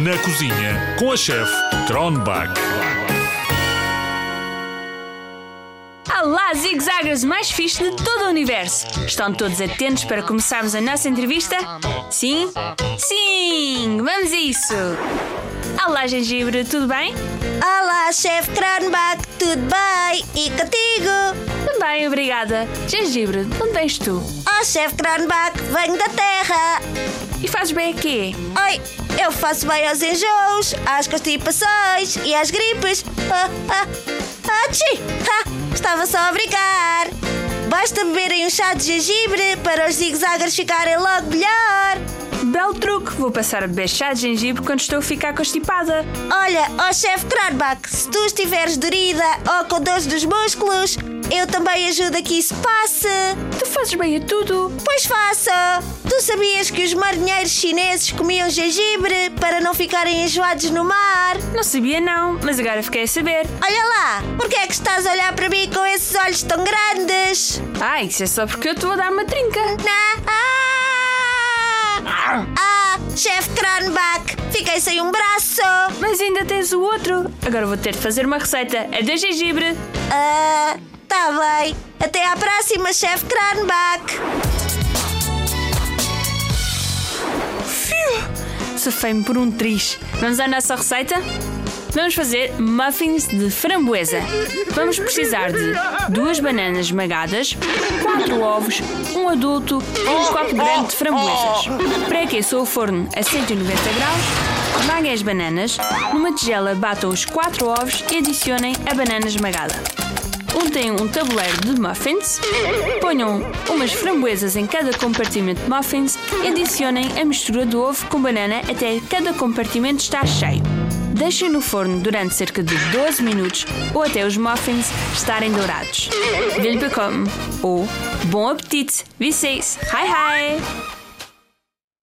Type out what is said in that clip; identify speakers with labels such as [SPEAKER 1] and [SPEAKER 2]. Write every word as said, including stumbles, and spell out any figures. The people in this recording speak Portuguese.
[SPEAKER 1] Na cozinha com a chefe Tronbach.
[SPEAKER 2] Olá, zigzaggers mais fixe de todo o universo! Estão todos atentos para começarmos a nossa entrevista? Sim? Sim! Vamos a isso! Olá, Gengibre, tudo bem?
[SPEAKER 3] Olá, chefe Tronbach, tudo bem? E contigo?
[SPEAKER 2] Também, obrigada. Gengibre, de onde vens tu?
[SPEAKER 3] Oh, chefe Tronbach, venho da terra.
[SPEAKER 2] E fazes bem a quê?
[SPEAKER 3] Oi, eu faço bem aos enjoos, às constipações e às gripes. Ah, ah, ah, tchi, ah, estava só a brincar. Basta beberem um chá de gengibre para os zigzaggers ficarem logo melhor.
[SPEAKER 2] Belo truque, vou passar a beber chá de gengibre quando estou a ficar constipada.
[SPEAKER 3] Olha, ó chefe Tronbach, se tu estiveres dorida ou com dores dos músculos, eu também ajudo a que isso passe.
[SPEAKER 2] Tu fazes bem a tudo.
[SPEAKER 3] Pois faço. Tu sabias que os marinheiros chineses comiam gengibre para não ficarem enjoados no mar?
[SPEAKER 2] Não sabia não, mas agora fiquei a saber.
[SPEAKER 3] Olha lá, por que é que estás a olhar para mim com esses olhos tão grandes?
[SPEAKER 2] Ah, isso é só porque eu estou a dar uma trinca.
[SPEAKER 3] Não. Ah! Ah, chefe Tronbach, fiquei sem um braço.
[SPEAKER 2] Mas ainda tens o outro. Agora vou ter de fazer uma receita. Adeus, gengibre.
[SPEAKER 3] Ah, tá bem. Até à próxima, chefe Tronbach.
[SPEAKER 2] Safei-me por um triz. Vamos à nossa receita? Vamos fazer muffins de framboesa. Vamos precisar de duas bananas esmagadas, quatro ovos, um adulto e um copo grande de framboesas. Pré-aqueça o forno a cento e noventa graus, esmaguem as bananas, numa tigela batam os quatro ovos e adicionem a banana esmagada. Untem um tabuleiro de muffins, ponham umas framboesas em cada compartimento de muffins e adicionem a mistura do ovo com banana até cada compartimento estar cheio. Deixem no forno durante cerca de doze minutos ou até os muffins estarem dourados. Willbekomme ou bom apetite! Vocês! Hi hi!